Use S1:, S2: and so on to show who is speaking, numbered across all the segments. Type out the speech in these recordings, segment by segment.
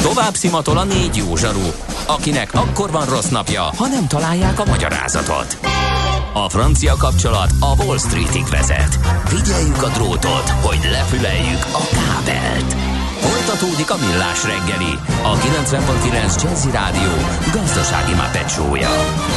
S1: Tovább szimatol a 4 jó zsaru, akinek akkor van rossz napja, ha nem találják a magyarázatot. A francia kapcsolat a Wall Streetig vezet. Figyeljük a drótot, hogy lefüleljük a kábelt. Folytatódik a Millás reggeli, a 90.9 Jazzy Rádió gazdasági mápecsója.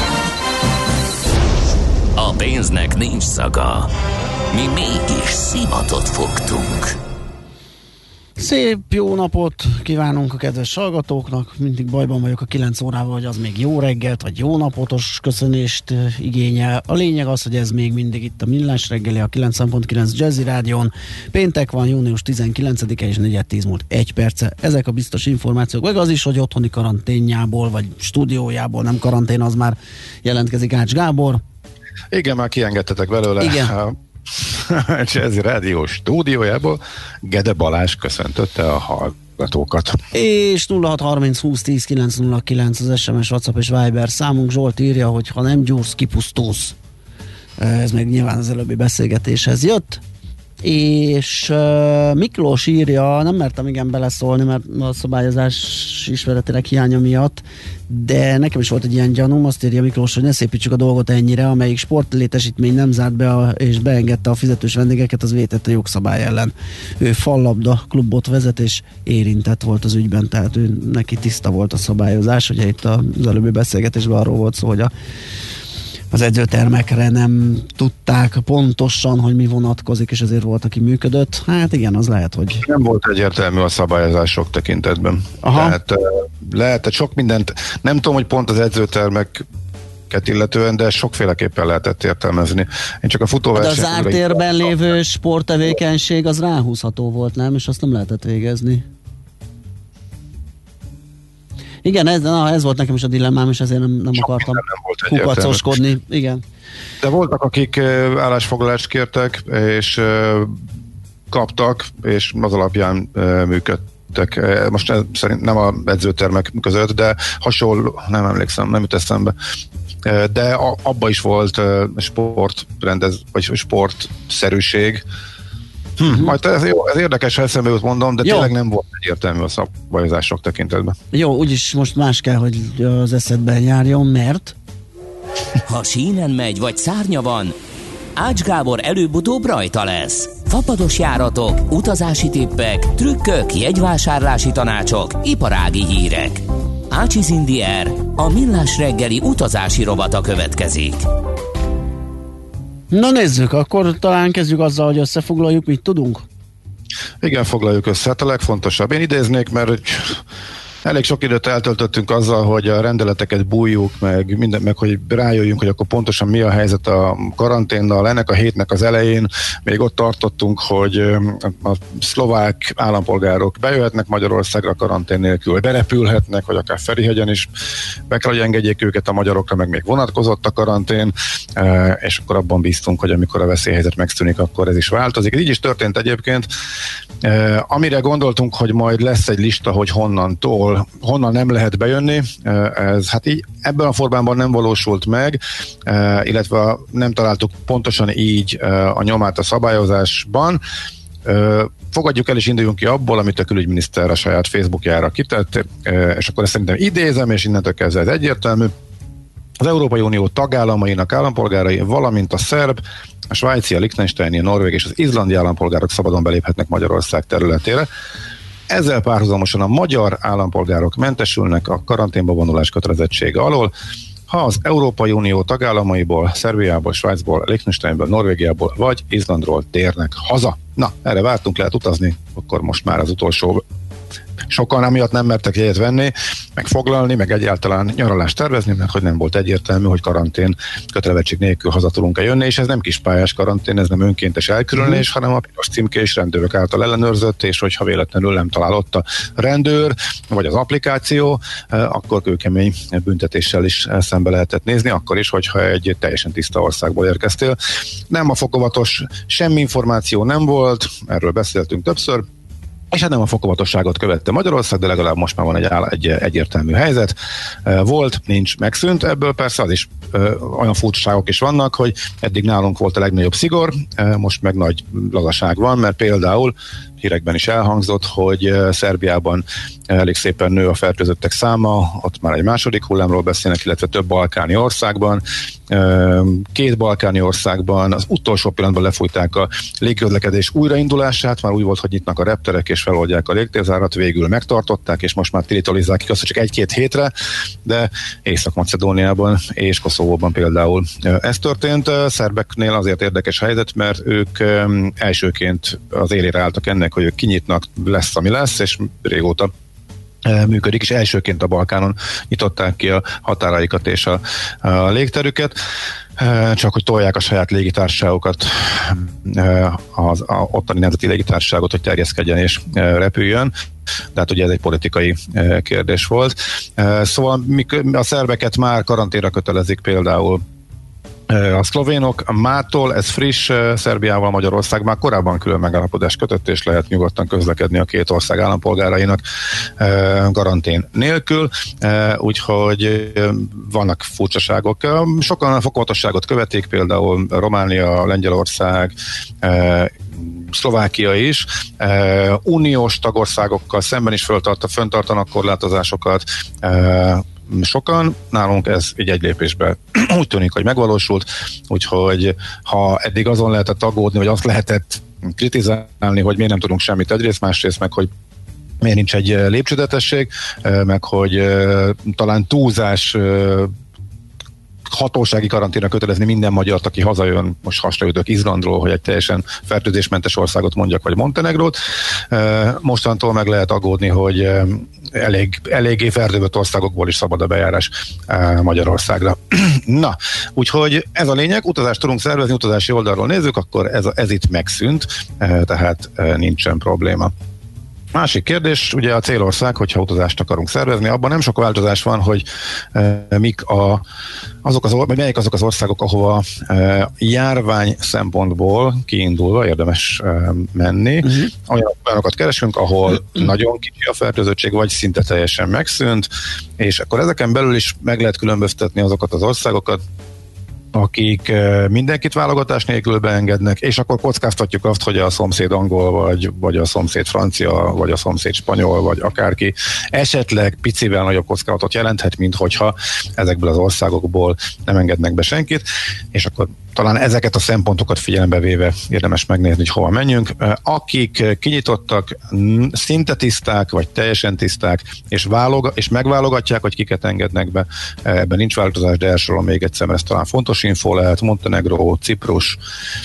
S1: A pénznek nincs szaga. Mi mégis szimatot fogtunk.
S2: Szép jó napot kívánunk a kedves hallgatóknak. Mindig bajban vagyok a 9 órával, hogy az még jó reggelt, vagy jó napotos köszönést igényel. A lényeg az, hogy ez még mindig itt a Millás reggeli, a 90.9 Jazzy Rádión. Péntek van, június 19-e és 4:10 múlt 1 perce. Ezek a biztos információk, meg az is, hogy otthoni karanténjából, vagy stúdiójából, nem karantén, az már jelentkezik Ács Gábor.
S3: Igen, már kiengedtetek belőle.
S2: Igen.
S3: Jazzy Rádió stúdiójából Gede Balázs köszöntötte a hallgatókat.
S2: És 0630 20 10 909 az SMS, WhatsApp és Viber számunk. Zsolt írja, hogy ha nem gyúrsz, kipusztulsz. Ez meg nyilván az előbbi beszélgetéshez jött. És Miklós írja, nem mertem igen beleszólni, mert a szabályozás ismeretének hiánya miatt, de nekem is volt egy ilyen gyanúm. Azt írja Miklós, hogy ne szépítsük a dolgot ennyire, amelyik sportlétesítmény nem zárt be és beengedte a fizetős vendégeket, az vétett a jogszabály ellen. Ő fallabda klubot vezet, és érintett volt az ügyben, tehát ő neki tiszta volt a szabályozás. Ugye itt az előbbi beszélgetésben arról volt szó, hogy az edzőtermekre nem tudták pontosan, hogy mi vonatkozik, és ezért volt, aki működött. Hát igen, az lehet, hogy...
S3: Nem volt egyértelmű a szabályozás sok tekintetben.
S2: Aha.
S3: Tehát lehetett sok mindent, nem tudom, hogy pont az edzőtermek illetően, de sokféleképpen lehetett értelmezni. Én csak a futóversenyt...
S2: De a zárt térben lévő sporttevékenység az ráhúzható volt, nem? És azt nem lehetett végezni. Igen, ez volt nekem is a dilemmám, és ezért nem akartam kukacoskodni. Igen.
S3: De voltak, akik állásfoglalást kértek, és kaptak, és az alapján működtek. Most szerint nem a edzőtermek között, de hasonló, nem emlékszem, nem jut eszembe. De abba is volt vagy sportszerűség. Majd ez érdekes, ha eszembe jut mondom, de tényleg nem volt egyértelmű a szabályozások tekintetben.
S2: Jó, úgyis most más kell, hogy az eszedben járjon, mert...
S1: Ha sínen megy, vagy szárnya van, Ács Gábor előbb-utóbb rajta lesz. Fapados járatok, utazási tippek, trükkök, jegyvásárlási tanácsok, iparági hírek. Ácsiz in the Air, a Millás reggeli utazási rovata következik.
S2: Na nézzük, akkor talán kezdjük azzal, hogy összefoglaljuk, mit tudunk.
S3: Igen, foglaljuk össze. Hát a legfontosabb. Én idéznék, mert elég sok időt eltöltöttünk azzal, hogy a rendeleteket bújjuk, meg hogy rájöjjünk, hogy akkor pontosan mi a helyzet a karanténnal. Ennek a hétnek az elején még ott tartottunk, hogy a szlovák állampolgárok bejöhetnek Magyarországra karantén nélkül, berepülhetnek, vagy akár Ferihegyen is be kell, hogy engedjék őket, a magyarokra meg még vonatkozott a karantén, és akkor abban bíztunk, hogy amikor a veszélyhelyzet megszűnik, akkor ez is változik. Ez így is történt egyébként. Amire gondoltunk, hogy majd lesz egy lista, hogy honnan nem lehet bejönni, ez hát így ebben a formában nem valósult meg, illetve nem találtuk pontosan így a nyomát a szabályozásban. Fogadjuk el és induljunk ki abból, amit a külügyminiszter a saját Facebookjára kitett, és akkor ezt szerintem idézem, és innentől kezdve ez egyértelmű. Az Európai Unió tagállamainak állampolgárai, valamint a szerb, a svájci, a liechtensteini, a norvég és az izlandi állampolgárok szabadon beléphetnek Magyarország területére. Ezzel párhuzamosan a magyar állampolgárok mentesülnek a karanténba vonulás kötelezettsége alól, ha az Európai Unió tagállamaiból, Szerbiából, Svájcból, Liechtensteinből, Norvégiából vagy Izlandról térnek haza. Na, erre vártunk, lehet utazni, akkor most már az utolsó. Sokan amiatt nem mertek jegyet venni, meg foglalni, meg egyáltalán nyaralást tervezni, mert hogy nem volt egyértelmű, hogy karantén kötelezettség nélkül haza tudunk-e jönni, és ez nem kispályás karantén, ez nem önkéntes elkülönülés, hanem a piros címkés rendőrök által ellenőrzött, és hogyha véletlenül nem talál ott a rendőr, vagy az applikáció, akkor kőkemény büntetéssel is szembe lehetett nézni, akkor is, hogyha egy teljesen tiszta országból érkeztél. Nem a fokozatos, semmi információ nem volt, erről beszéltünk többször, és hát nem a fokovatosságot követte Magyarország, de legalább most már van egy egyértelmű helyzet. Volt, nincs, megszűnt. Ebből persze az is olyan furcsaságok is vannak, hogy eddig nálunk volt a legnagyobb szigor, most meg nagy lazaság van, mert például hírekben is elhangzott, hogy Szerbiában elég szépen nő a fertőzöttek száma, ott már egy második hullámról beszélnek, illetve több balkáni országban. 2 balkáni országban az utolsó pillanatban lefújták a légközlekedés újraindulását, már úgy volt, hogy nyitnak a repterek és feloldják a légtérzárat, végül megtartották, és most már tilitolizzák azt, hogy csak 1-2 hétre, de Észak-Macedóniában és Koszovóban például ez történt. Szerbeknél azért érdekes helyzet, mert ők elsőként az élére álltak ennek, hogy ők kinyitnak, lesz, ami lesz, és régóta működik, és elsőként a Balkánon nyitották ki a határaikat és a légterüket, csak hogy tolják a saját légitársaságokat, az ottani nemzeti légitársaságot, hogy terjeszkedjen és repüljön. De hát ugye ez egy politikai kérdés volt. Szóval a szerbeket már karanténra kötelezik például a szlovénok mától, ez friss, Szerbiával, Magyarország már korábban külön megállapodás kötött, és lehet nyugodtan közlekedni a 2 ország állampolgárainak karantén nélkül, úgyhogy vannak furcsaságok. Sokan a fokozatosságot követik, például Románia, Lengyelország, Szlovákia is, uniós tagországokkal szemben is föntartanak korlátozásokat, sokan, nálunk ez így egy lépésben úgy tűnik, hogy megvalósult, úgyhogy ha eddig azon lehetett aggódni, vagy azt lehetett kritizálni, hogy miért nem tudunk semmit egyrészt, másrészt meg, hogy miért nincs egy lépcsőzetesség, meg hogy talán túlzás hatósági karanténra kötelezni minden magyart, aki hazajön, most hasraütök Izlandról, hogy egy teljesen fertőzésmentes országot mondjak, vagy Montenegrót. Mostantól meg lehet aggódni, hogy eléggé fertőzött országokból is szabad a bejárás Magyarországra. Na, úgyhogy ez a lényeg, utazást tudunk szervezni, utazási oldalról nézzük, akkor ez itt megszűnt, tehát nincsen probléma. Másik kérdés, ugye a célország, hogyha utazást akarunk szervezni, abban nem sok változás van, hogy melyik azok az országok, ahova járvány szempontból kiindulva érdemes menni. Olyanokat keresünk, ahol nagyon kicsi a fertőzöttség, vagy szinte teljesen megszűnt, és akkor ezeken belül is meg lehet különböztetni azokat az országokat, akik mindenkit válogatás nélkül beengednek, és akkor kockáztatjuk azt, hogy a szomszéd angol, vagy a szomszéd francia, vagy a szomszéd spanyol, vagy akárki esetleg picivel nagyobb kockázatot jelenthet, mint hogyha ezekből az országokból nem engednek be senkit, és akkor talán ezeket a szempontokat figyelembe véve érdemes megnézni, hogy hova menjünk. Akik kinyitottak, szinte tiszták, vagy teljesen tiszták, és megválogatják, hogy kiket engednek be, ebben nincs változás, de elsorolom még egyszer, mert ez talán fontos info lehet, Montenegró, Ciprus,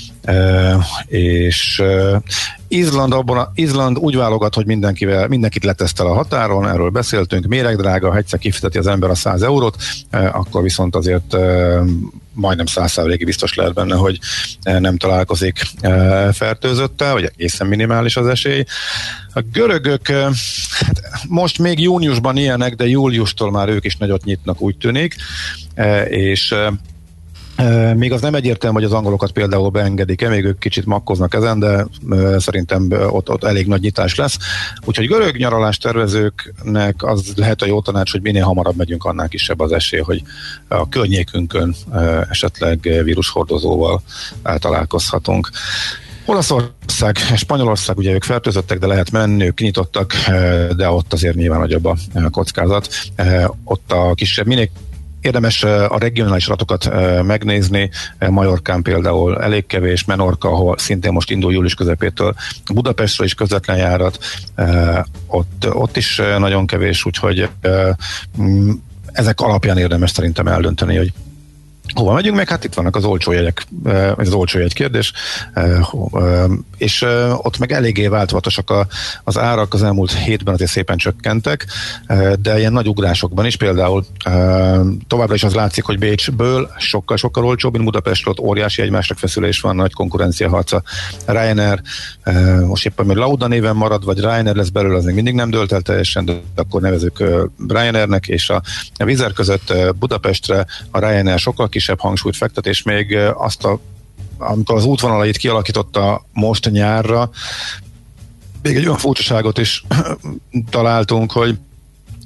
S3: és Izland úgy válogat, hogy mindenkit letesztel a határon, erről beszéltünk, méregdrága, ha egyszer kifizeti az ember a 100 eurót, akkor viszont azért majdnem 100%-ig biztos lehet benne, hogy nem találkozik fertőzöttel, vagy egészen minimális az esély. A görögök most még júniusban ilyenek, de júliustól már ők is nagyot nyitnak, úgy tűnik, és még az nem egyértelmű, hogy az angolokat például beengedik-e, még ők kicsit makkoznak ezen, de szerintem ott elég nagy nyitás lesz. Úgyhogy görög nyaralás tervezőknek az lehet a jó tanács, hogy minél hamarabb megyünk, annál kisebb az esély, hogy a környékünkön esetleg vírushordozóval találkozhatunk. Olaszország, Spanyolország, ugye ők fertőzöttek, de lehet menni, ők kinyitottak, de ott azért nyilván nagyobb a kockázat. Ott a kisebb, minél érdemes a regionális adatokat megnézni, Majorkán például elég kevés, Menorca, ahol szintén most indul július közepétől, Budapestről is közvetlen járat, ott is nagyon kevés, úgyhogy ezek alapján érdemes szerintem eldönteni, hogy hova megyünk, meg hát itt vannak az olcsó jegyek, ez az olcsó jegy kérdés, és ott meg eléggé változatosak az árak, az elmúlt hétben azért szépen csökkentek, de ilyen nagy ugrásokban is, például továbbra is az látszik, hogy Bécsből sokkal olcsóbb, mint Budapestről, ott óriási egymásra feszülés van, nagy konkurenciaharca. Ryanair, most éppen még Lauda néven marad, vagy Ryanair lesz belőle, az még mindig nem dölt el teljesen, de akkor nevezük Ryanairnek, és a Wizz Air között Budapestre a Ryanair sokkal kisebb hangsúlyt fektet, és még amikor az útvonalait kialakította most nyárra, még egy olyan furcsaságot is találtunk, hogy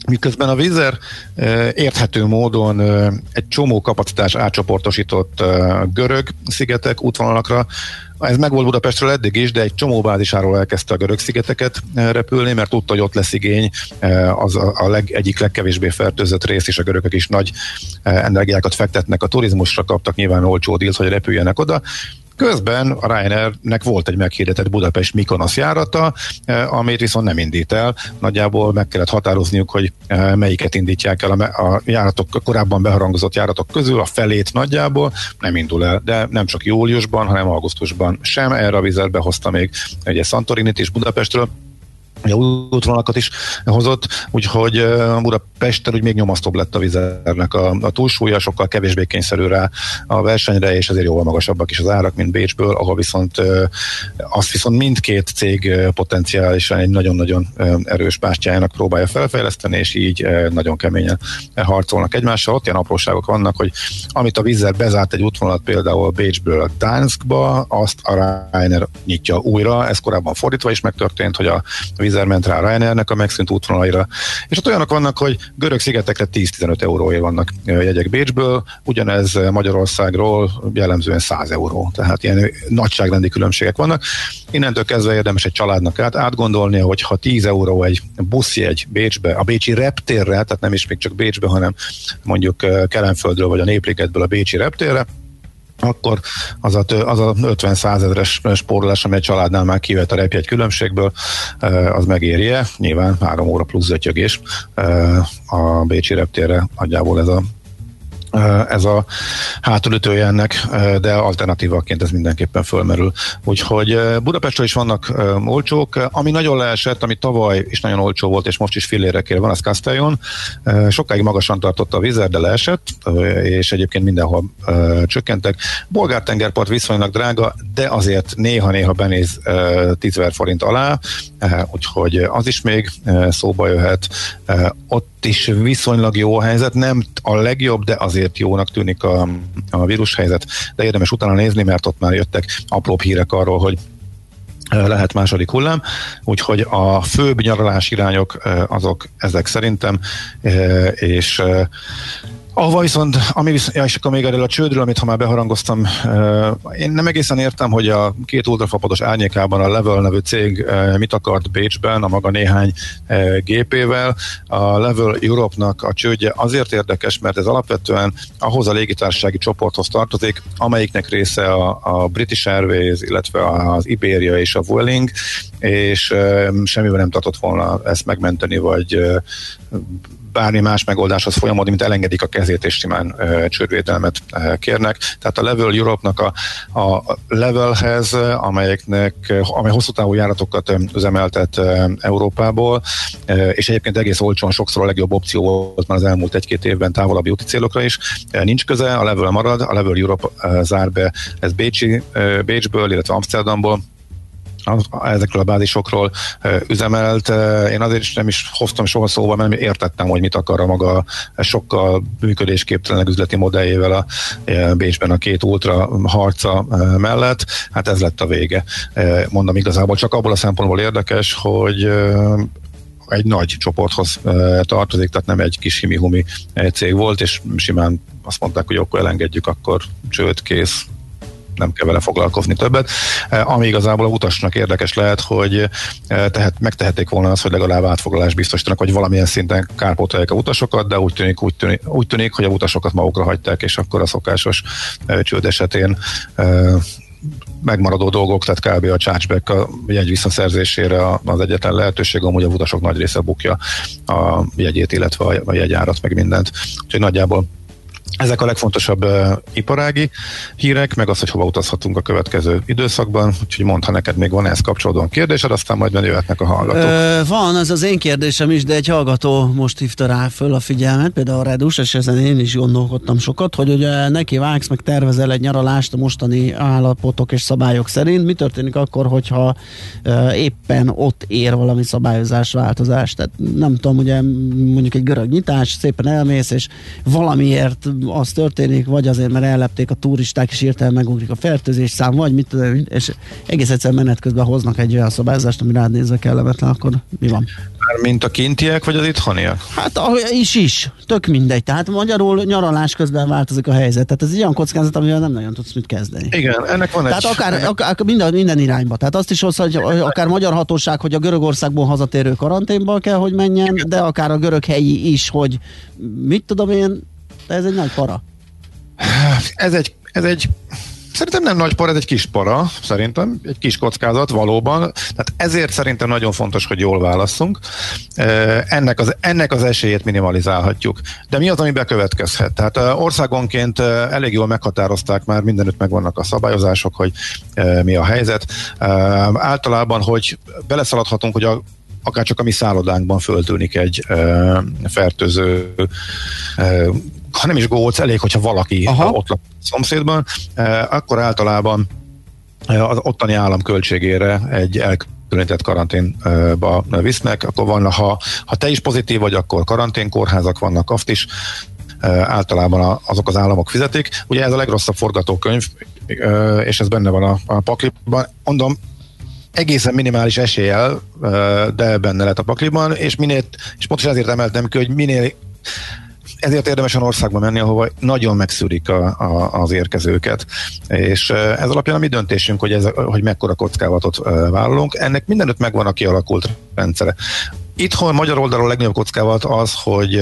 S3: Miközben a Wizz Air érthető módon egy csomó kapacitás átcsoportosított görög szigetek útvonalakra. Ez megvolt Budapestről eddig is, de egy csomó bázisáról elkezdte a görög szigeteket repülni, mert tudta, hogy ott lesz igény, az egyik legkevésbé fertőzött rész, és a görögök is nagy energiákat fektetnek a turizmusra, kaptak nyilván olcsó dílt, hogy repüljenek oda. Közben a Ryanairnek volt egy meghirdetett Budapest-Mykonosz járata, amit viszont nem indít el. Nagyjából meg kellett határozniuk, hogy melyiket indítják el a járatok, korábban beharangozott járatok közül, a felét nagyjából nem indul el, de nem csak júliusban, hanem augusztusban sem. Erre a Wizz Air behozta még ugye Santorinit is Budapestről, ugye útvonalakat is hozott, úgyhogy Budapesten úgy még nyomasztóbb lett a Wizz Airnek a túlsúlya, sokkal kevésbé kényszerül rá a versenyre, és azért jóval magasabbak is az árak, mint Bécsből, ahol viszont azt viszont mindkét cég potenciálisan egy nagyon-nagyon erős pástyájának próbálja felfejleszteni, és így nagyon keményen harcolnak egymással. Ott ilyen apróságok vannak, hogy amit a Wizz Air bezárt egy útvonalat például Bécsből a Gdanskba, azt a Ryanair nyitja újra, ez korábban fordítva is megtörtént, hogy a Wizz Air ment rá a Ryanairnek a megszűnt útvonalaira. És ott olyanok vannak, hogy görög szigetekre 10-15 euróért vannak jegyek Bécsből, ugyanez Magyarországról jellemzően 100 euró. Tehát ilyen nagyságrendi különbségek vannak. Innentől kezdve érdemes egy családnak átgondolnia, hogy ha 10 euró egy buszjegy Bécsbe, a bécsi reptérre, tehát nem is még csak Bécsbe, hanem mondjuk Kelenföldről vagy a Népligetből a bécsi reptérre, akkor az a 50-100 ezeres spórolás, amely a családnál már kijöhet a repjegy különbségből, az megéri-e? Nyilván 3 óra plusz zötyögés a bécsi reptérre, nagyjából ez a hátulütője ennek, de alternatívaként ez mindenképpen fölmerül. Úgyhogy Budapestről is vannak olcsók, ami nagyon leesett, ami tavaly is nagyon olcsó volt, és most is fillére kér van, az Castellón. Sokáig magasan tartotta a Wizz Air, de leesett, és egyébként mindenhol csökkentek. Bolgár tengerpart viszonylag drága, de azért néha-néha benéz 10 000 forint alá, úgyhogy az is még szóba jöhet. Ott is viszonylag jó a helyzet, nem a legjobb, de azért jónak tűnik a vírushelyzet, de érdemes utána nézni, mert ott már jöttek apróbb hírek arról, hogy lehet második hullám, úgyhogy a főbb nyaralás irányok azok ezek szerintem, és ahova viszont, és akkor még erről a csődről, amit ha már beharangoztam, én nem egészen értem, hogy a két ultrafapados árnyékában a Level nevű cég mit akart Bécsben a maga néhány gépével. A Level Europe-nak a csődje azért érdekes, mert ez alapvetően ahhoz a légitársasági csoporthoz tartozik, amelyiknek része a British Airways, illetve az Iberia és a Vueling, és semmivel nem tartott volna ezt megmenteni, vagy bármi más megoldáshoz folyamodni, mint elengedik a kezét, és simán csődvédelmet kérnek. Tehát a Level Europe-nak a Levelhez, amely hosszú távú járatokat üzemeltet Európából, és egyébként egész olcsón sokszor a legjobb opció volt már az elmúlt 1-2 évben távolabbi úti célokra is. Nincs köze, a Level marad, a Level Europe zár be, ez Bécsből, illetve Amsterdamból, ezekről a bázisokról üzemelt. Én azért is nem is hoztam soha szóval, mert értettem, hogy mit akar a maga sokkal működésképtelen üzleti modelljével a Bécsben a két ultra harca mellett. Hát ez lett a vége. Mondom, igazából csak abból a szempontból érdekes, hogy egy nagy csoporthoz tartozik, tehát nem egy kis himi-humi cég volt, és simán azt mondták, hogy akkor elengedjük, akkor csőd, kész, nem kell vele foglalkozni többet. Ami igazából a utasnak érdekes lehet, hogy megtehették volna azt, hogy legalább átfoglalást biztosítanak, vagy valamilyen szinten kárpótolják a utasokat, de úgy tűnik, hogy a utasokat magukra hagyták, és akkor a szokásos csőd esetén megmaradó dolgok, tehát kb. A chargeback a jegy visszaszerzésére az egyetlen lehetőség, amúgy a utasok nagy része bukja a jegyét, illetve a jegyárat, meg mindent. Úgyhogy nagyjából ezek a legfontosabb iparági hírek, meg az, hogy hova utazhatunk a következő időszakban, úgyhogy mondd, ha neked még van ehhez kapcsolódóan kérdésed, aztán majd jöhetnek a hallgatók.
S2: Van, ez az én kérdésem is, de egy hallgató most hívta rá föl a figyelmet, például a Redus, és ezen én is gondolkodtam sokat, hogy ugye neki vágsz, meg tervezel egy nyaralást a mostani állapotok és szabályok szerint. Mi történik akkor, hogyha éppen ott ér valami szabályozás, változás? Tehát nem tudom, ugye mondjuk egy görög nyitás, szépen elmész, és valamiért az történik, vagy azért, mert ellepték a turisták, és hirtelen megugrik a fertőzés szám, vagy mit tudom, és egész egyszerűen menet közben hoznak egy olyan szabályozást, ami rád nézve kellemetlen, akkor mi van?
S3: Mint a kintiek, vagy az itthoniak?
S2: Hát is. Tök mindegy. Tehát magyarul nyaralás közben változik a helyzet. Tehát ez egy olyan kockázat, amivel nem nagyon tudsz mit kezdeni.
S3: Igen, ennek van
S2: tehát akár minden irányba. Tehát azt is hozza, hogy akár magyar hatóság, hogy a Görögországból hazatérő karanténba kell, hogy menjen, igen. De akár a görög helyi is, hogy mit tudom én, de ez egy nagy para.
S3: Ez egy szerintem nem nagy para, ez egy kis para, szerintem, egy kis kockázat valóban, tehát ezért szerintem nagyon fontos, hogy jól válasszunk. Ennek az esélyét minimalizálhatjuk. De mi az, ami bekövetkezhet? Tehát országonként elég jól meghatározták már, mindenütt megvannak a szabályozások, hogy mi a helyzet. Általában, hogy beleszaladhatunk, hogy akár csak a mi szállodánkban föltűnik egy fertőző, ha nem is góc, elég, hogyha valaki ott lap szomszédban, akkor általában az ottani állam költségére egy elkülönített karanténba visznek, akkor van, ha te is pozitív vagy, akkor karanténkórházak vannak, azt is általában azok az államok fizetik. Ugye ez a legrosszabb forgatókönyv, és ez benne van a pakliban. Mondom, egészen minimális eséllyel, de benne lett a pakliban, és pontosan ezért emeltem ki, hogy ezért érdemes olyan országba menni, ahova nagyon megszűrik az érkezőket. És ez alapján a mi döntésünk, hogy mekkora kockázatot vállalunk. Ennek mindenütt megvan a kialakult rendszere. Itthon magyar oldalról a legnagyobb kockázat az, hogy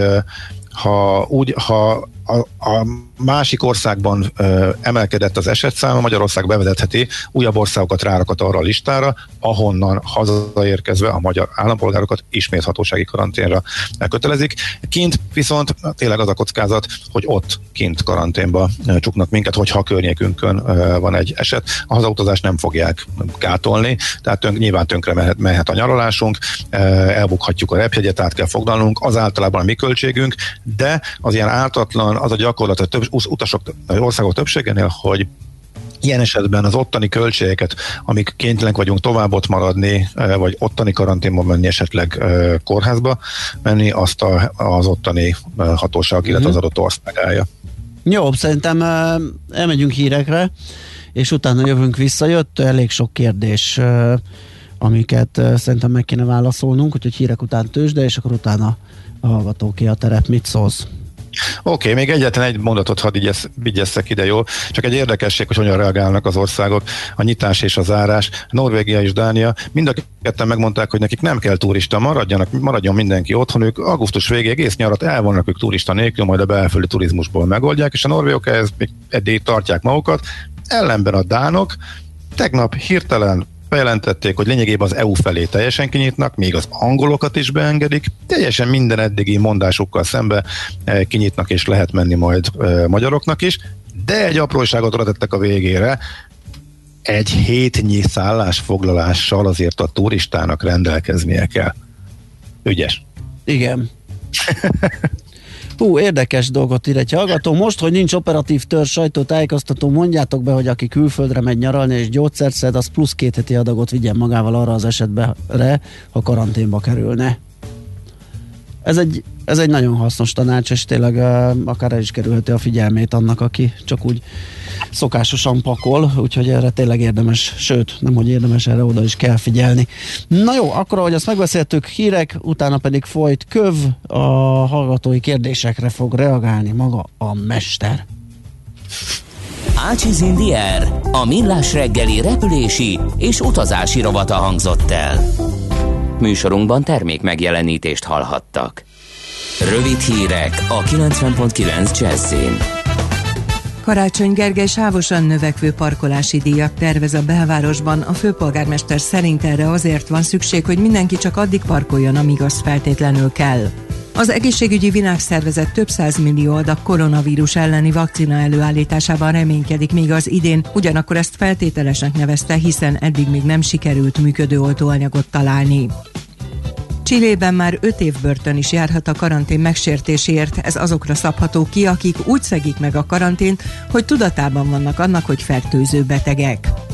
S3: ha a másik országban emelkedett az esetszám, Magyarország bevezetheti újabb országokat rárakat arra a listára, ahonnan hazaérkezve a magyar állampolgárokat ismét hatósági karanténra kötelezik. Kint viszont tényleg az a kockázat, hogy ott kint karanténba csuknak minket, hogyha a környékünkön van egy eset. A hazautazást nem fogják gátolni, tehát nyilván tönkre mehet a nyaralásunk, elbukhatjuk a repjegyet, át kell foglalnunk, az általában a mi költségünk, de az ilyen ártatlan, az a gyakorlat a országok többségénél, hogy ilyen esetben az ottani költségeket, amik kénytelenek vagyunk tovább ott maradni, vagy ottani karanténba menni, esetleg kórházba menni, azt az ottani hatóság, illetve az adott ország állja.
S2: Jó, szerintem elmegyünk hírekre, és utána jövünk vissza. Jött elég sok kérdés, amiket szerintem meg kéne válaszolnunk, úgyhogy hírek után tőzsde, és akkor utána a hallgatóké a terep. Mit szólsz?
S3: Oké, még egyetlen egy mondatot hadd vigyesszek ide, jól. Csak egy érdekesség, hogy hogyan reagálnak az országok. A nyitás és a zárás. Norvégia és Dánia mind a ketten megmondták, hogy nekik nem kell turista, maradjon mindenki otthon, ők augusztus végéig egész nyarat el vannak ők turista nélkül, majd a belföldi turizmusból megoldják, és a norvégok eddig tartják magukat. Ellenben a dánok tegnap hirtelen bejelentették, hogy lényegében az EU felé teljesen kinyitnak, még az angolokat is beengedik, teljesen minden eddigi mondásukkal szembe kinyitnak, és lehet menni majd magyaroknak is, de egy apróságot oda tettek a végére, egy hétnyi szállásfoglalással azért a turistának rendelkeznie kell. Ügyes.
S2: Igen. Érdekes dolgot ír egy hallgató. Most, hogy nincs operatív törzs sajtótájékoztató, mondjátok be, hogy aki külföldre megy nyaralni és gyógyszert szed, az plusz 2 heti adagot vigyen magával arra az esetben, ha karanténba kerülne. Ez egy nagyon hasznos tanács, és tényleg akár el is kerülheti a figyelmét annak, aki csak úgy szokásosan pakol, úgyhogy erre tényleg érdemes, sőt, nem hogy érdemes, erre oda is kell figyelni. Na jó, akkor ahogy azt megbeszéltük, hírek, utána pedig folyt köv, a hallgatói kérdésekre fog reagálni maga a mester.
S1: Ácsiz in the Air, a millás reggeli repülési és utazási rovata hangzott el. Műsorunkban termék megjelenítést hallhattak. Rövid hírek a 90.9 Jazzin.
S4: Karácsony Gergely sávosan növekvő parkolási díjat tervez a belvárosban. A főpolgármester szerint erre azért van szükség, hogy mindenki csak addig parkoljon, amíg az feltétlenül kell. Az Egészségügyi Világszervezet több 100 millió adag koronavírus elleni vakcina előállításában reménykedik még az idén, ugyanakkor ezt feltételesnek nevezte, hiszen eddig még nem sikerült működő oltóanyagot találni. Chilében már 5 év börtön is járhat a karantén megsértéséért, ez azokra szabható ki, akik úgy szegik meg a karantént, hogy tudatában vannak annak, hogy fertőző betegek.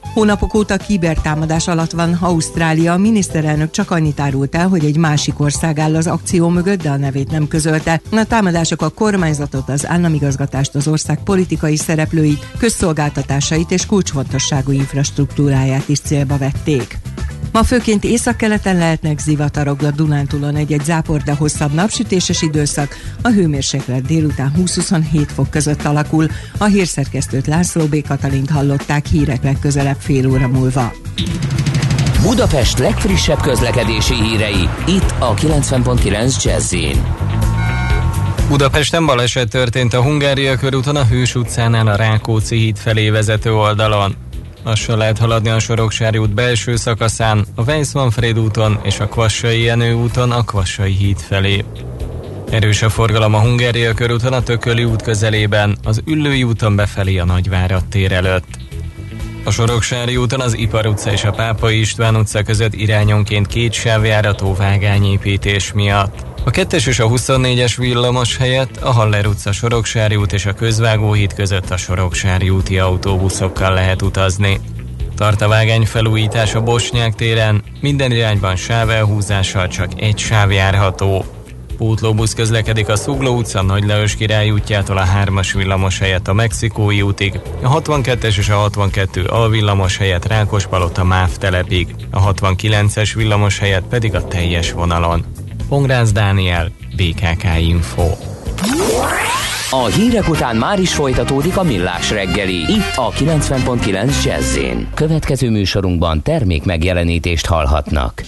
S4: Hónapok óta kibertámadás alatt van Ausztrália. A miniszterelnök csak annyit árult el, hogy egy másik ország áll az akció mögött, de a nevét nem közölte. A támadások a kormányzatot, az államigazgatást, az ország politikai szereplőit, közszolgáltatásait és kulcsfontosságú infrastruktúráját is célba vették. Ma főként északkeleten lehetnek zivatarok, a Dunántúlon egy-egy zápor, de hosszabb napsütéses időszak. A hőmérséklet délután 20-27 fok között alakul. A hírszerkesztőt, László B. Katalint hallották, hírek legközelebb fél óra múlva.
S1: Budapest legfrissebb közlekedési hírei, itt a 90.9 Jazz-in.
S5: Budapesten baleset történt a Hungária körúton, a Hős utcánál a Rákóczi híd felé vezető oldalon. Lassan lehet haladni a Soroksári út belső szakaszán, a Weiss-Manfréd úton és a Kvassai Jenő úton a Kvassai híd felé. Erős a forgalom a Hungária körúton, a Tököli út közelében, az Üllői úton befelé a Nagyvárad tér előtt. A Soroksári úton az Ipar utca és a Pápai István utca között irányonként 2 sávjárató vágányépítés miatt. A 2-es és a 24-es villamos helyett a Haller utca, Soroksári út és a Közvágóhíd között a Soroksári úti autóbuszokkal lehet utazni. Tart a vágány felújítás a Bosnyák téren, minden irányban sávelhúzással csak egy sáv járható. Pótlóbusz közlekedik a Szugló utca, Nagy Lajos Király útjától a 3-as villamos helyett a Mexikói útig, a 62-es és a 62 alvillamos helyett Rákospalota MÁV telepig, a 69-es villamos helyett pedig a teljes vonalon. Pongrácz Dániel, BKK Info.
S1: A hírek után már is folytatódik a Millás reggeli, itt a 90.9 Jazz-in. Következő műsorunkban termék megjelenítést hallhatnak.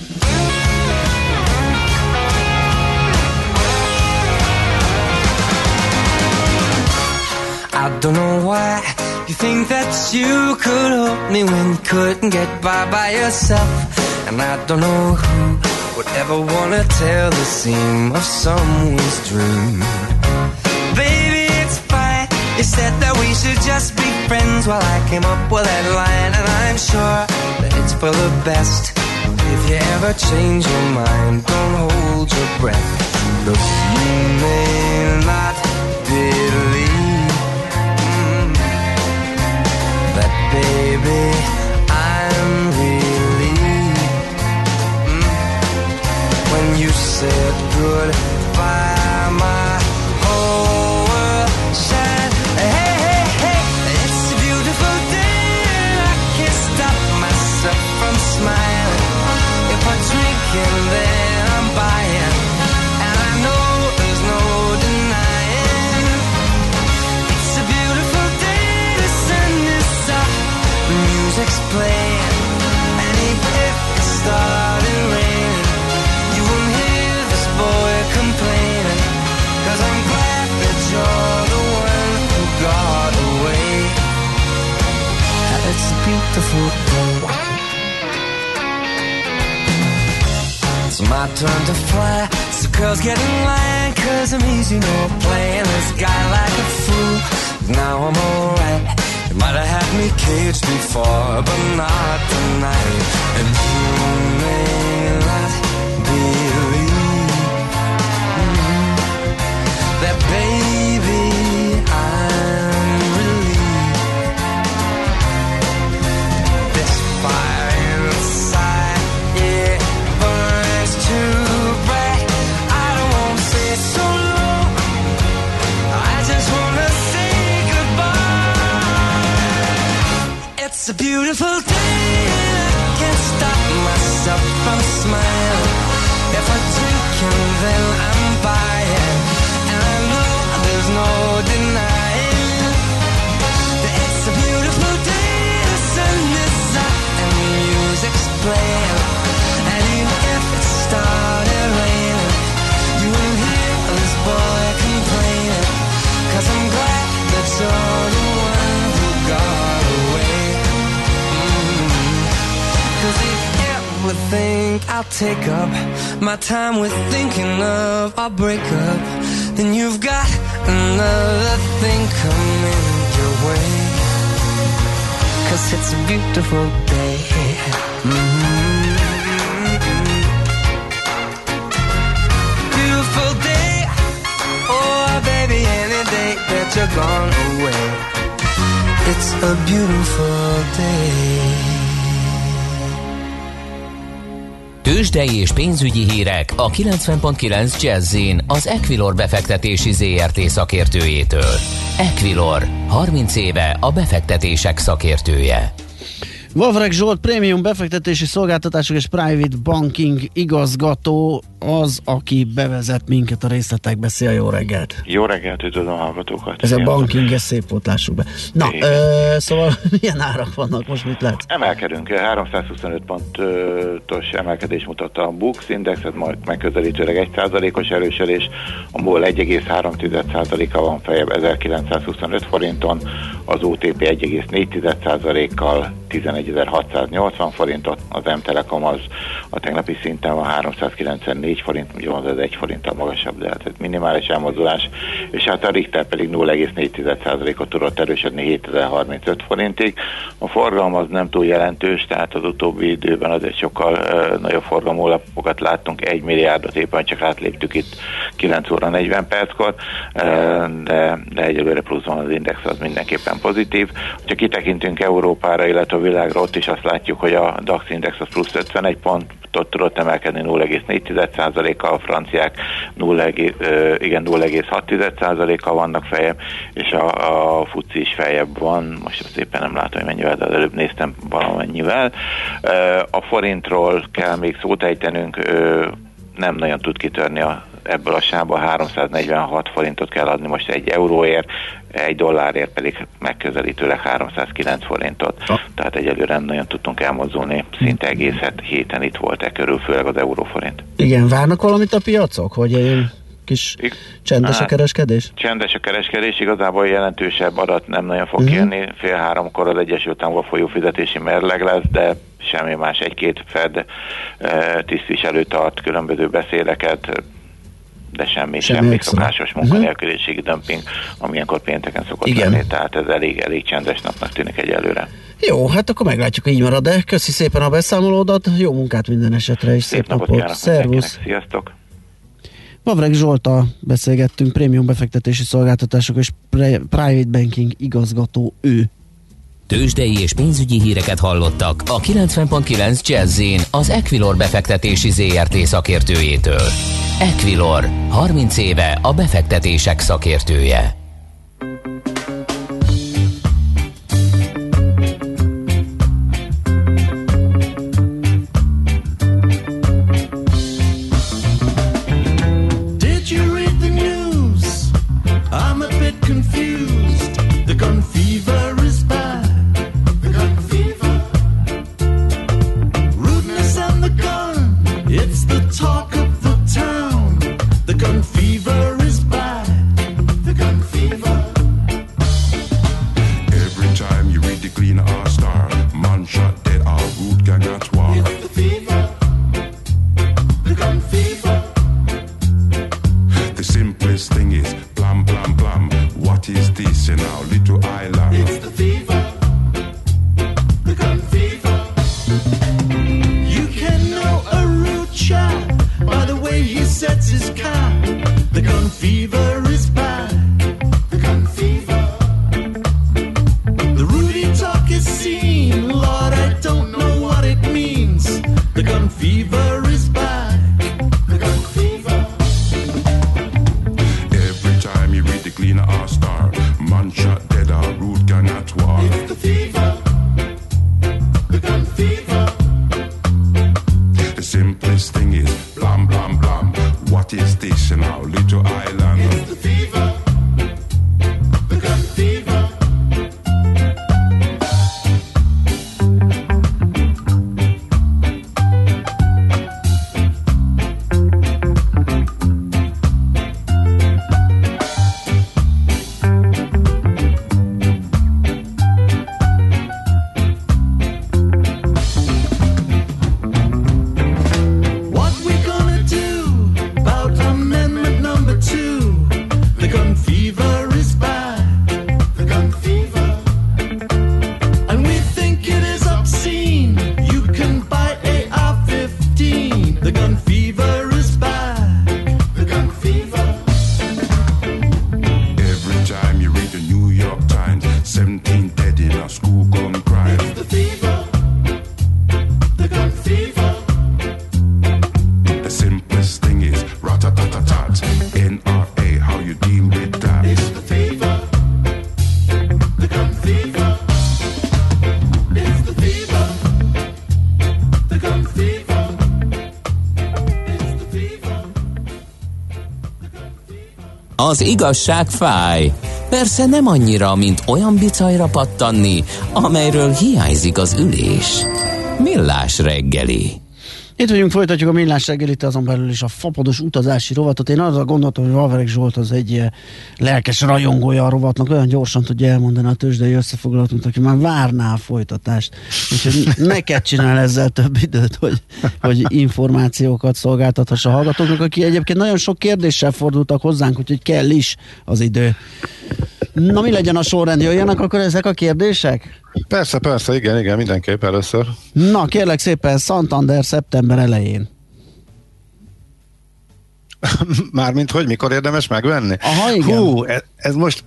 S6: I don't know why you think that you could help me when you couldn't get by yourself. And I don't know who would ever wanna tell the seam of someone's dream. Baby, it's fine. You said that we should just be friends while I came up with that line. And I'm sure that it's for the best. If you ever change your mind, don't hold your breath. Look, you may not believe that, baby, I'm relieved when you said goodbye. My whole world shined. Hey, hey, hey, it's a beautiful day and I can't stop myself from smiling. If I drink and then I'm buying, and I know there's no denying. It's a beautiful day, the sun is up, the music's playing, and even if it started raining, you won't hear this boy complaining, 'cause I'm glad that you're the one who got away. It's a beautiful day. It's my turn to fly. So girls get in line, 'cause I'm easy, no playing this guy like a fool. Now I'm alright. You might have had me caged before, but not tonight. And you may not believe that, baby, I'm relieved. This fire inside, yeah, burns too bright. I don't want to say so long, I just want to say goodbye. It's a beautiful day and I can't stop myself from smiling. If I drink and then I'm buying, and I know there's no denying that it's a beautiful day. The sun is up and the music's playing, and even if it started raining, you won't hear this boy complaining, 'cause I'm glad that you're the one who got away. 'Cause if you ever think I'll take up my time with thinking of our breakup, then you've got another thing coming your way. 'Cause it's a beautiful day. Beautiful day. Oh, baby, any day that you're gone away, it's a beautiful day.
S1: Tőzsdei és pénzügyi hírek a 90.9 Jazz-in az Equilor befektetési ZRT szakértőjétől. Equilor, 30 éve a befektetések szakértője.
S2: Vavreg Zsolt, prémium befektetési szolgáltatások és private banking igazgató az, aki bevezet minket a részletekbe. Szia, jó reggelt!
S7: Jó reggelt, üdvözlöm a hallgatókat!
S2: Ez a banking, ez szép volt, lássuk be. Na, szóval milyen árak vannak most, mit lehet?
S7: Emelkedünk, 325 pontos emelkedés mutatta a Bux indexet, majd megközelítőleg 1%-os erősödés, abból 1,3%-a van feljebb 1925 forinton, az OTP 1,4%-kal 11.680 forintot, az M-Telekom az a tegnapi szinten van 394 forint, ugye az 1 forinttal magasabb, de hát ez minimális elmozdulás, és hát a Richter pedig 0,4%-ot tudott erősödni 7035 forintig. A forgalom az nem túl jelentős, tehát az utóbbi időben azért sokkal nagyobb forgalmúlapokat láttunk, 1 milliárdot éppen csak átléptük itt 9 óra 40 perckor, de egyelőre pluszban az index az mindenképpen pozitív. Ha kitekintünk Európára, illetve a világra, ott is azt látjuk, hogy a DAX index az plusz 51 pontot tudott emelkedni 0,4%-kal, a franciák 0,6%-kal vannak feljebb, és a FTSE is feljebb van, most azt éppen nem látom, hogy mennyivel, de előbb néztem valamennyivel. A forintról kell még szót ejtenünk, nem nagyon tud kitörni ebből a sávból, 346 forintot kell adni most egy euróért, egy dollárért pedig megközelítőleg 309 forintot. Tehát egyelőre nem nagyon tudtunk elmozdulni, szinte egész héten itt volt körül, főleg az euróforint.
S2: Igen, várnak valamit a piacok, hogy kis csendes a kereskedés?
S7: Csendes a kereskedés, igazából jelentősebb adat nem nagyon fog kijönni, 2:30-kor az Egyesült Államokban folyó fizetési mérleg lesz, de semmi más, egy-két Fed tisztviselő tart különböző beszéleket, de semmi szokásos munkanélküliségi dömping, ami ilyenkor pénteken szokott lenni, tehát ez elég csendes napnak tűnik egyelőre.
S2: Jó, hát akkor meglátjuk, hogy így marad, de köszi szépen a beszámolódat, jó munkát minden esetre, és szép napot. Szervusz!
S7: Sziasztok!
S2: Vavreg Zsolttal beszélgettünk, prémium befektetési szolgáltatások és private banking igazgató ő.
S1: Tőzsdei és pénzügyi híreket hallottak a 90.9 Jazz-in az Equilor befektetési ZRT szakértőjétől. Equilor, 30 éve a befektetések szakértője.
S8: Did you read the news? I'm a bit confused. The gun fever is bad. It's the talk of the town. The gun fever is bad. The gun fever.
S9: Every time you read the Clean Our Star, man shot dead, our root gang at war.
S8: It's the fever. The gun fever.
S9: The simplest thing is blam blam blam. What is this in our little island?
S8: It's the fever. The gun fever. You can know a rude chap by the way he sets his cap. The gun fever is bad. The gun fever. The Rudy talk is seen. Lord, I don't know what it means. The gun fever is bad. The gun fever.
S9: Every time you read the Clean Our Star, man shot dead, our root gang at war.
S8: It's the fever. The gun fever.
S9: The simplest thing is blam blam blam. What is this in our little island?
S8: It's the fever. The gun fever. What we gonna do about amendment number 2?
S1: Az igazság fáj. Persze nem annyira, mint olyan bicajra pattanni, amelyről hiányzik az ülés. Millás reggeli.
S2: Itt vagyunk, folytatjuk a Millás reggelit, azon belül is a fapados utazási rovatot. Én arra gondoltam, hogy Valvereg Zsolt az egy lelkes rajongója a rovatnak, olyan gyorsan tudja elmondani a tőzsdei összefoglalót, aki már várná a folytatást. Úgyhogy neked csinál ezzel több időt, hogy információkat szolgáltathassa a hallgatóknak, aki egyébként nagyon sok kérdéssel fordultak hozzánk, úgyhogy kell is az idő. Na, mi legyen a sorrend? Jöjjenek akkor ezek a kérdések?
S3: Persze, igen, mindenképp először.
S2: Na, kérlek szépen, Santander szeptember elején.
S3: Mármint, hogy mikor érdemes megvenni?
S2: Aha, igen.
S3: Hú, ez most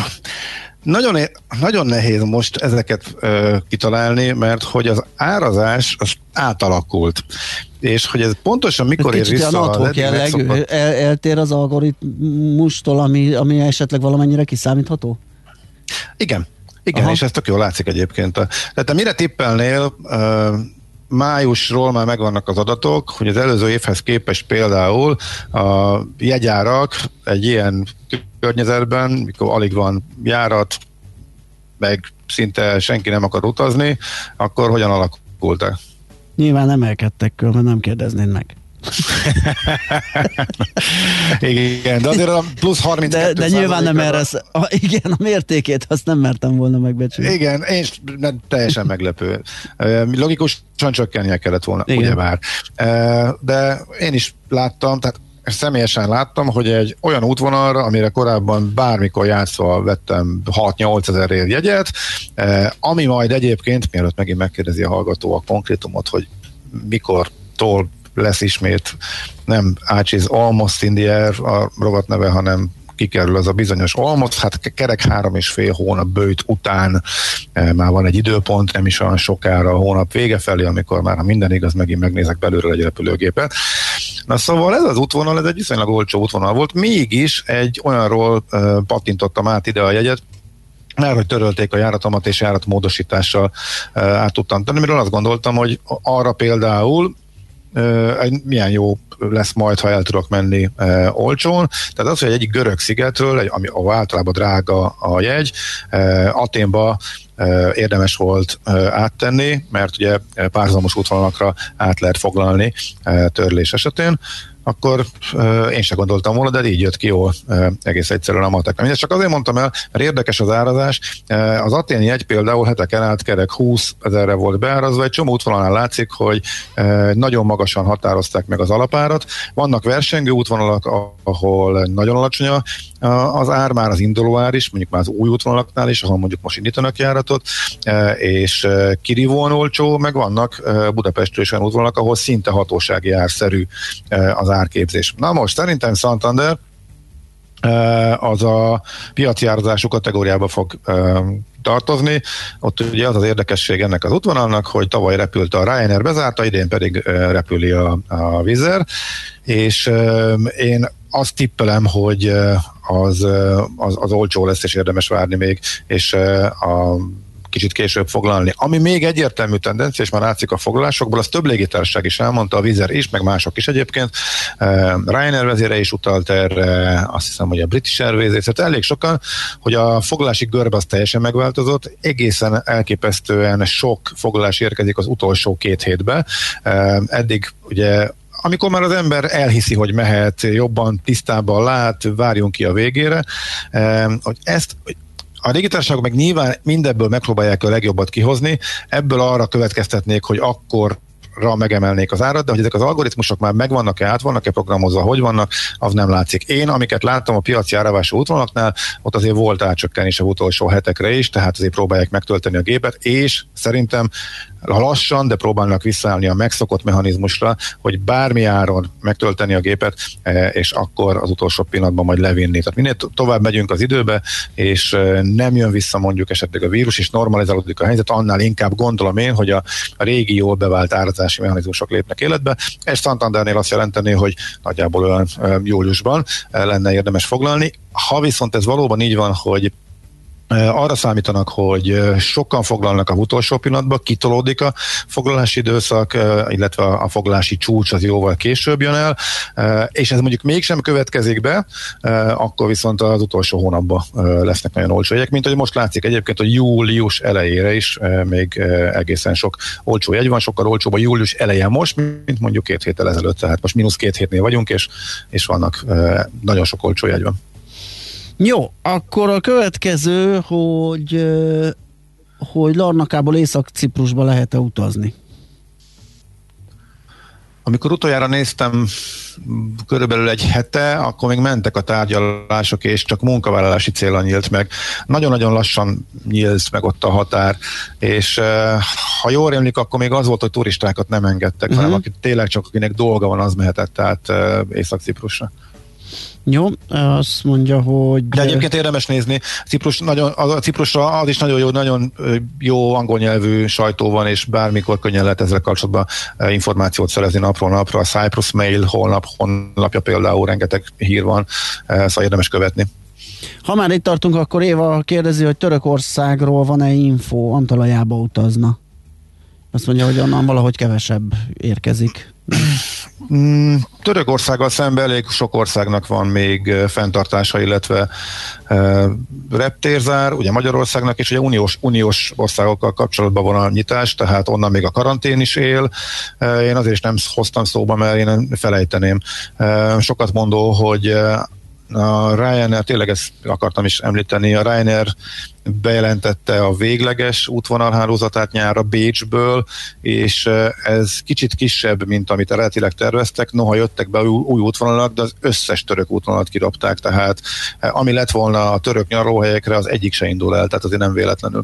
S3: nagyon nehéz most ezeket kitalálni, mert hogy az árazás az átalakult. És hogy ez pontosan mikor ér vissza a
S2: jellegű, eltér az algoritmustól, ami esetleg valamennyire kiszámítható?
S3: Igen, és ez tök jól látszik egyébként. Tehát te mire tippelnél, májusról már megvannak az adatok, hogy az előző évhez képest például a jegyárak egy ilyen környezetben, mikor alig van járat, meg szinte senki nem akar utazni, akkor hogyan alakultak?
S2: Nyilván emelkedtek, mert nem kérdeznéd meg.
S3: Igen, de azért a plusz 32%.
S2: De nyilván nem erre, igen, a mértékét azt nem mertem volna megbecsülni.
S3: Igen, és teljesen meglepő. Logikusan csökkennie kellett volna, ugyebár. De én is láttam, tehát személyesen láttam, hogy egy olyan útvonalra, amire korábban bármikor játszva vettem 6-8 ezerért jegyet, ami majd egyébként, mielőtt megint megkérdezi a hallgató a konkrétumot, hogy mikortól lesz ismét nem Ácsiz Almost in the Air a rovat neve, hanem kikerül az a bizonyos Almost, hát kerek 3,5 hónap bőjt után már van egy időpont, nem is olyan sokára a hónap vége felé, amikor már ha minden igaz, megint megnézek belülről egy repülőgépet. Na szóval ez az útvonal, ez egy viszonylag olcsó útvonal volt, mégis egy olyanról pattintottam át ide a jegyet, mert hogy törölték a járatomat és járatmódosítással át tudtam tenni, miről azt gondoltam, hogy arra például milyen jó lesz majd, ha el tudok menni olcsón. Tehát az, hogy egyik görög szigetről, ami általában drága a jegy, Athénba érdemes volt áttenni, mert ugye párhuzamos útvonalakra át lehet foglalni törlés esetén, akkor én sem gondoltam volna, de így jött ki jól, egész egyszerűen a matek. Mindezt csak azért mondtam el, mert érdekes az árazás. Az athéni jegy például heteken át kerek 20 ezerre volt beárazva, egy csomó útvonalán látszik, hogy nagyon magasan határozták meg az alapárat. Vannak versengő útvonalak, ahol nagyon alacsony az ár, már az induló ár is, mondjuk már az új útvonalaknál is, ahol mondjuk most indítanak járatot, és kirívóan olcsó, meg vannak Budapestről is olyan útvonalak, ahol szinte hatósági árszerű az árképzés. Na most szerintem Santander az a piaci árazású kategóriába fog tartozni. Ott ugye az érdekesség ennek az útvonalnak, hogy tavaly repült a Ryanair, bezárta, idén pedig repüli a Wizz Air, és én azt tippelem, hogy az olcsó lesz, és érdemes várni még, és a kicsit később foglalni. Ami még egyértelmű tendencia, és már látszik a foglalásokból, az több légitársaság is elmondta, a Wizz Air is, meg mások is egyébként. Ryanair vezére is utalt erre, azt hiszem, hogy a British Airways, tehát elég sokan, hogy a foglalási görbe az teljesen megváltozott, egészen elképesztően sok foglalás érkezik az utolsó 2 hétbe. Eddig ugye amikor már az ember elhiszi, hogy mehet, jobban, tisztában lát, várjunk ki a végére, hogy ezt a légitársaságok meg nyilván mindebből megpróbálják a legjobbat kihozni, ebből arra következtetnék, hogy akkor megemelnék az árat, de hogy ezek az algoritmusok már megvannak-e, át vannak-e programozva, hogy vannak, az nem látszik. Én, amiket láttam a piaci áravású útvonalaknál, ott azért volt átcsökkenés az utolsó hetekre is, tehát azért próbálják megtölteni a gépet, és szerintem lassan, de próbálnak visszaállni a megszokott mechanizmusra, hogy bármi áron megtölteni a gépet, és akkor az utolsó pillanatban majd levinni. Tehát minél tovább megyünk az időbe, és nem jön vissza mondjuk esetleg a vírus, és normalizálódik a helyzet, annál inkább gondolom én, hogy a régi jól bevált árazási mechanizmusok lépnek életbe. Ez Santandernél azt jelenteni, hogy nagyjából olyan júliusban lenne érdemes foglalni. Ha viszont ez valóban így van, hogy arra számítanak, hogy sokan foglalnak a utolsó pillanatban, kitolódik a foglalási időszak, illetve a foglalási csúcs az jóval később jön el, és ez mondjuk mégsem következik be, akkor viszont az utolsó hónapban lesznek nagyon olcsó jegyek, mint hogy most látszik egyébként, hogy július elejére is még egészen sok olcsó jegy van, sokkal olcsóbb a július eleje most, mint mondjuk 2 héttel ezelőtt, tehát most -2 hétnél vagyunk, és vannak nagyon sok olcsó jegy van.
S2: Jó, akkor a következő, hogy Larnakából Észak-Ciprusba lehet-e utazni?
S3: Amikor utoljára néztem körülbelül egy hete, akkor még mentek a tárgyalások, és csak munkavállalási célra nyílt meg. Nagyon-nagyon lassan nyílt meg ott a határ, és ha jól rémlik, akkor még az volt, hogy turistákat nem engedtek, hanem aki tényleg csak akinek dolga van, az mehetett át Észak-Ciprusra.
S2: Jó, azt mondja, hogy...
S3: De egyébként érdemes nézni, Ciprusra az is nagyon jó angol nyelvű sajtó van, és bármikor könnyen lehet ezzel kapcsolatban információt szerezni napról napra. A Cyprus Mail honlapja például, rengeteg hír van, szóval érdemes követni.
S2: Ha már itt tartunk, akkor Éva kérdezi, hogy Törökországról van-e info, Antalajába utazna. Azt mondja, hogy onnan valahogy kevesebb érkezik.
S3: Törökországgal szemben elég sok országnak van még fenntartása, illetve reptérzár, ugye Magyarországnak is, ugye uniós országokkal kapcsolatban van a nyitás, tehát onnan még a karantén is él. Én azért is nem hoztam szóba, mert én felejteném. Sokat mondó, hogy a Ryanair, tényleg ezt akartam is említeni, a Ryanair bejelentette a végleges útvonalhálózatát nyárra Bécsből, és ez kicsit kisebb, mint amit eredetileg terveztek, noha jöttek be új útvonalak, de az összes török útvonalat kirobták, tehát ami lett volna a török nyaralóhelyekre, az egyik se indul el, tehát azért nem véletlenül.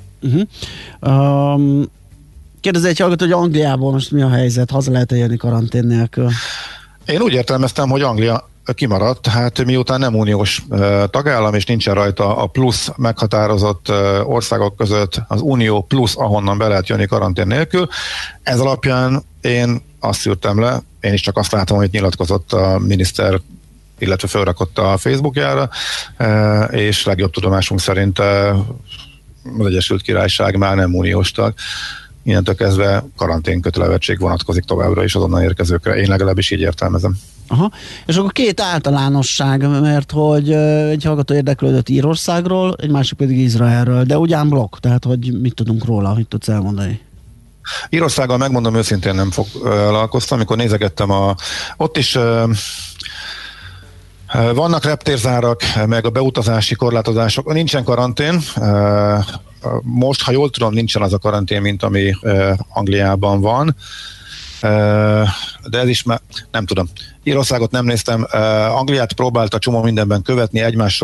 S2: Kérdezi egy hallgató, hogy Angliában most mi a helyzet, haza lehet jönni karantén nélkül?
S3: Én úgy értelmeztem, hogy Anglia kimaradt, hát miután nem uniós tagállam, és nincsen rajta a plusz meghatározott országok között az unió plusz, ahonnan be lehet jönni karantén nélkül. Ez alapján én azt szűrtem le, én is csak azt látom, hogy nyilatkozott a miniszter, illetve felrakott a Facebookjára, és legjobb tudomásunk szerint az Egyesült Királyság már nem uniós tag. Innentől kezdve karanténkötelevetség vonatkozik továbbra is az onnan érkezőkre. Én legalábbis így értelmezem.
S2: Aha. És akkor 2 általánosság, mert hogy egy hallgató érdeklődött Írországról, egy másik pedig Izraelről, de ugyan blokk, tehát hogy mit tudunk róla, mit tudsz elmondani?
S3: Írországgal megmondom őszintén nem foglalkoztam, amikor nézegettem ott is vannak reptérzárak, meg a beutazási korlátozások, nincsen karantén, most, ha jól tudom, nincsen az a karantén, mint ami Angliában van, de ez is már, nem tudom. Írországot nem néztem, Angliát próbálta csomó mindenben követni,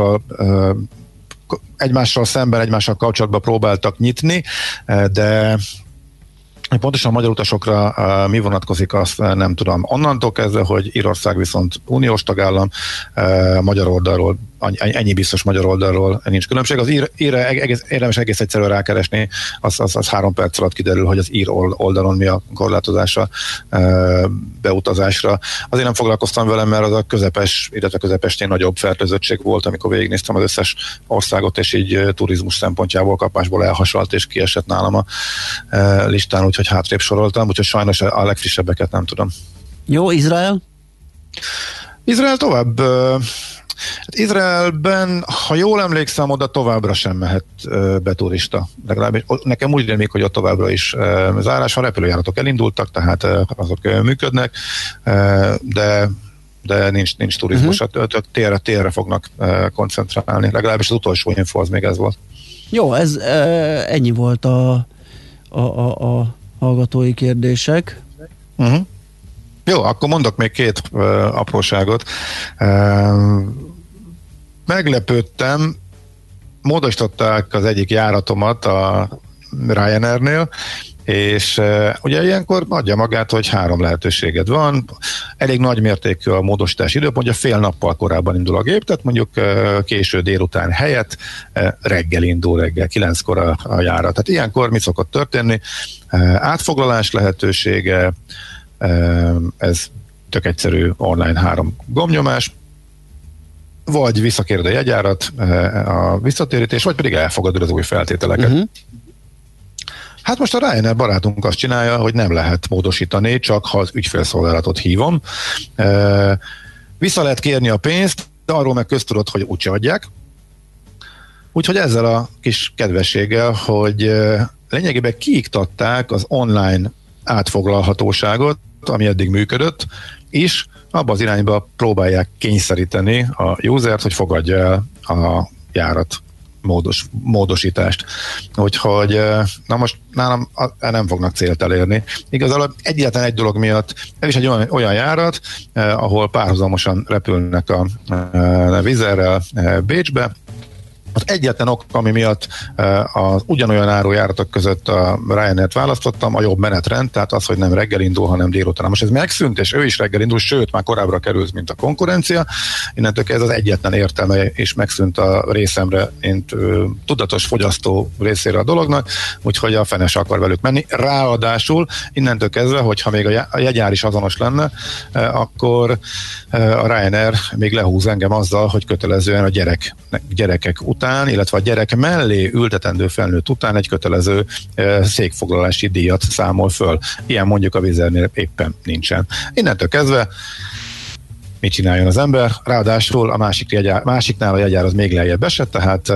S3: egymással szemben, egymással kapcsolatban próbáltak nyitni, de pontosan a magyar utasokra mi vonatkozik, azt nem tudom. Onnantól kezdve, hogy Írország viszont uniós tagállam, magyar oldalról, ennyi biztos magyar oldalról nincs különbség. Az érdemes egész egyszerűen rákeresni, az 3 perc alatt kiderül, hogy az ír oldalon mi a korlátozása beutazásra. Azért nem foglalkoztam velem, mert az a közepes, illetve közepesnél nagyobb fertőzöttség volt, amikor végignéztem az összes országot, és így turizmus szempontjából kapásból elhasalt, és kiesett nálam a listán, úgyhogy hátrébb soroltam, úgyhogy sajnos a legfrissebbeket nem tudom. Jó,
S2: Izrael?
S3: Izrael tovább. Izraelben, ha jól emlékszem, oda továbbra sem mehet be turista. Legalábbis nekem úgy rémlik, hogy ott továbbra is zárás van, repülőjáratok elindultak, tehát azok működnek, de nincs turizmus. Térre fognak koncentrálni. Legalábbis az utolsó info az még ez volt.
S2: Jó, ez ennyi volt a hallgatói kérdések.
S3: Jó, akkor mondok még 2 apróságot. Meglepődtem, módosították az egyik járatomat a Ryanairnél, és ugye ilyenkor adja magát, hogy 3 lehetőséged van. Elég nagy mértékű a módosítás időpontja, fél nappal korábban indul a gép, tehát mondjuk késő délután helyett reggel indul, reggel 9-kor a járat. Tehát ilyenkor mi szokott történni? Átfoglalás lehetősége, ez tök egyszerű online 3 gombnyomás, vagy visszakéred a jegyárat, a visszatérítés, vagy pedig elfogadod az új feltételeket. Hát most a Ryanair barátunk azt csinálja, hogy nem lehet módosítani, csak ha az ügyfélszolgálatot hívom. Vissza lehet kérni a pénzt, de arról meg köztudod, hogy úgyse adják. Úgyhogy ezzel a kis kedvességgel, hogy lényegében kiiktatták az online átfoglalhatóságot, ami eddig működött, és abba az irányba próbálják kényszeríteni a usert, hogy fogadja el a járat módosítást. Úgyhogy na most nálam nem fognak célt elérni. Igazából egyetlen egy dolog miatt, ez is egy olyan járat, ahol párhuzamosan repülnek a Wizz Airrel Bécsbe. Az egyetlen ok, ami miatt az ugyanolyan árujáratok között a Ryanair-t választottam, a jobb menetrend, tehát az, hogy nem reggel indul, hanem délután. Most ez megszűnt, és ő is reggel indul, sőt, már korábbra került, mint a konkurencia. Innentől ez az egyetlen értelme, és megszűnt a részemre, mint tudatos fogyasztó részére a dolognak, úgyhogy a fene se akar velük menni. Ráadásul innentől kezdve, hogyha még a jegyár is azonos lenne, akkor a Ryanair még lehúz engem azzal, hogy kötelezően a gyerekek után, illetve a gyerek mellé ültetendő felnőtt után egy kötelező székfoglalási díjat számol föl. Ilyen mondjuk a Wizz Airnél éppen nincsen. Innentől kezdve mit csináljon az ember? Ráadásul a másiknál a jegyár az még lejjebb esett, tehát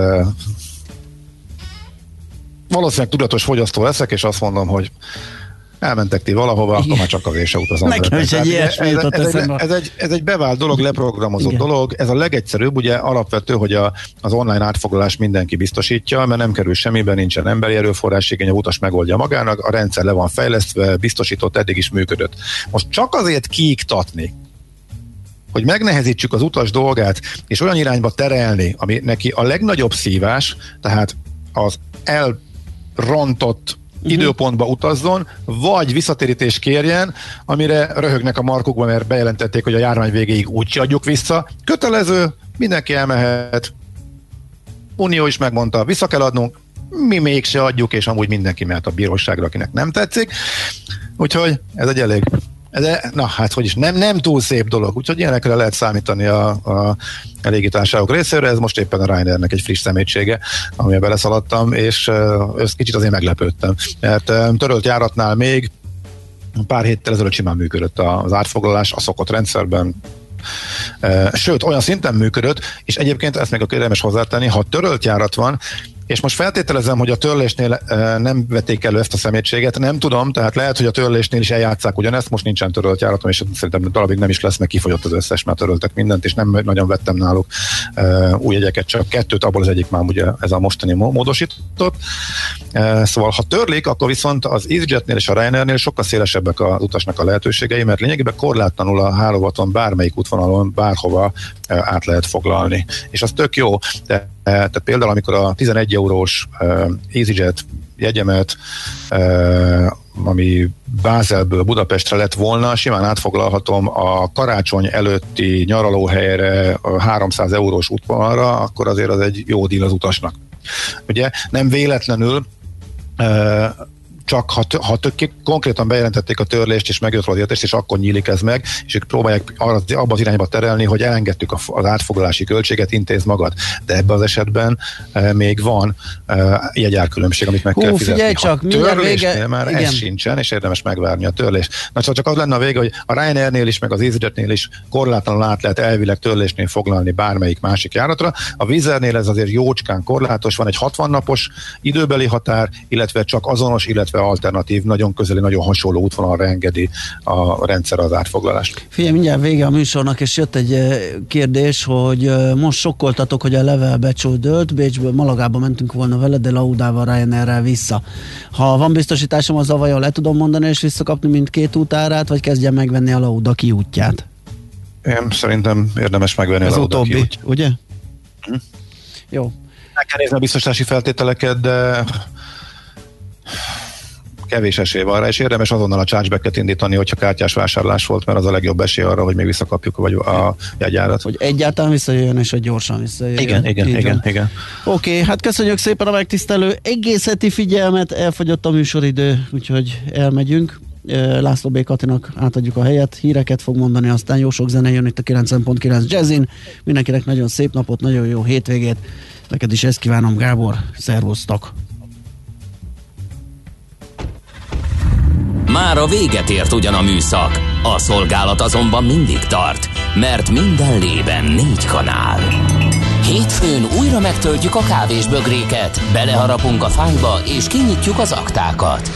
S3: valószínűleg tudatos fogyasztó leszek, és azt mondom, hogy elmentek ti valahova, akkor már csak azért se utazom.
S2: Nekem is egy ilyesmi jutott eszembe.
S3: Ez egy bevált dolog, leprogramozott dolog. Ez a legegyszerűbb, ugye alapvető, hogy az online átfoglalás mindenki biztosítja, mert nem kerül semmiben, nincsen emberi erőforrás igény, a utas megoldja magának, a rendszer le van fejlesztve, biztosított, eddig is működött. Most csak azért kiiktatni, hogy megnehezítsük az utas dolgát, és olyan irányba terelni, ami neki a legnagyobb szívás, tehát az elrontott időpontba utazzon, vagy visszatérítést kérjen, amire röhögnek a markukban, mert bejelentették, hogy a járvány végéig úgyse adjuk vissza. Kötelező, mindenki elmehet. Unió is megmondta, vissza kell adnunk, mi mégse adjuk, és amúgy mindenki mehet a bíróságra, akinek nem tetszik. Úgyhogy ez egy elég nem túl szép dolog, úgyhogy ilyenekre lehet számítani a légitársaságok részéről, ez most éppen a Ryanairnek egy friss szemétsége, amiben beleszaladtam, és kicsit azért meglepődtem, mert törölt járatnál még pár héttel ezelőtt simán működött az átfoglalás a szokott rendszerben, sőt, olyan szinten működött, és egyébként ezt még a érdemes hozzátenni, ha törölt járat van, és most feltételezem, hogy a törlésnél nem vették elő ezt a szemétséget, nem tudom, tehát lehet, hogy a törlésnél is eljátszák ugyanezt, most nincsen törölt járatom, és szerintem darabig nem is lesz, mert kifogyott az összes, mert töröltek mindent, és nem nagyon vettem náluk új jegyeket, csak 2, abból az egyik már ugye ez a mostani módosított. Szóval, ha törlik, akkor viszont az EasyJetnél és a Ryanairnél sokkal szélesebbek az utasnak a lehetőségei, mert lényegében korlátlanul a hálózaton bármelyik útvonalon bárhova át lehet foglalni. És az tök jó, tehát például amikor a 11 eurós EasyJet jegyemet, ami Bázelből Budapestre lett volna, simán átfoglalhatom a karácsony előtti nyaralóhelyre, a 300 eurós útvonalra, akkor azért az egy jó díl az utasnak. Ugye nem véletlenül csak ha konkrétan bejelentették a törlést, és megjött róla az értés, és akkor nyílik ez meg, és ők próbálják abba az irányba terelni, hogy elengedtük az átfoglalási költséget, intéz magad. De ebben az esetben még van jegyárkülönbség, amit meg kell fizetni.
S2: Figyelj csak,
S3: törlésnél már igen. Ez sincsen, és érdemes megvárni a törlést. Na, szóval csak az lenne a vége, hogy a Ryanairnél is, meg az EasyJetnél is korlátlanul át lehet elvileg törlésnél foglalni bármelyik másik járatra. A Wizz Airnél ez azért jócskán korlátos, van egy 60 napos időbeli határ, illetve csak azonos, illetve alternatív, nagyon közeli, nagyon hasonló útvonalra engedi a rendszer az átfoglalást.
S2: Figyelj, mindjárt vége a műsornak, és jött egy kérdés, hogy most sokkoltatok, hogy a Level becsődölt, Bécsből Malagába mentünk volna vele, de Laudával, Ryanairrel vissza. Ha van biztosításom, az vajon le tudom mondani és visszakapni mindkét útárát, vagy kezdjem megvenni a Lauda kiútját?
S3: Én szerintem érdemes megvenni
S2: az
S3: a Lauda
S2: utóbbi,
S3: kiútját.
S2: ugye? Jó.
S3: Meg kell nézni a biztosítási feltételeket, de kevés esély van rá, és érdemes azonnal a chargeback-et indítani, hogyha kártyás vásárlás volt, mert az a legjobb esély arra, hogy még visszakapjuk vagy a jegyárat.
S2: Hogy egyáltalán visszajöjjön, és hogy gyorsan visszajöjjön.
S3: Igen.
S2: Oké, hát köszönjük szépen a megtisztelő egész heti figyelmet, elfogyott a műsoridő, úgyhogy elmegyünk. László B. Katinak átadjuk a helyet, híreket fog mondani, aztán jó sok zene jön itt a 90.9 Jazzin. Mindenkinek nagyon szép napot, nagyon jó hétvégét. Neked is ezt kívánom, Gábor. Szervusztok!
S1: Már a véget ért ugyan a műszak, a szolgálat azonban mindig tart, mert minden lében 4 kanál. Hétfőn újra megtöltjük a kávésbögréket, beleharapunk a fányba és kinyitjuk az aktákat.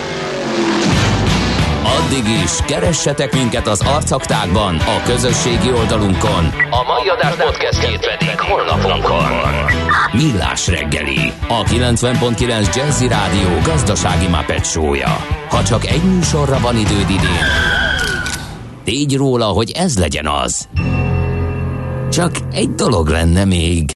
S1: Addig is keressetek minket az arcaktákban, a közösségi oldalunkon. A mai adás podcastjét pedig honlapunkon. Millás reggeli, a 90.9 Jazzy Rádió gazdasági Muppet show-ja. Ha csak egy műsorra van időd idén, tégy róla, hogy ez legyen az. Csak egy dolog lenne még.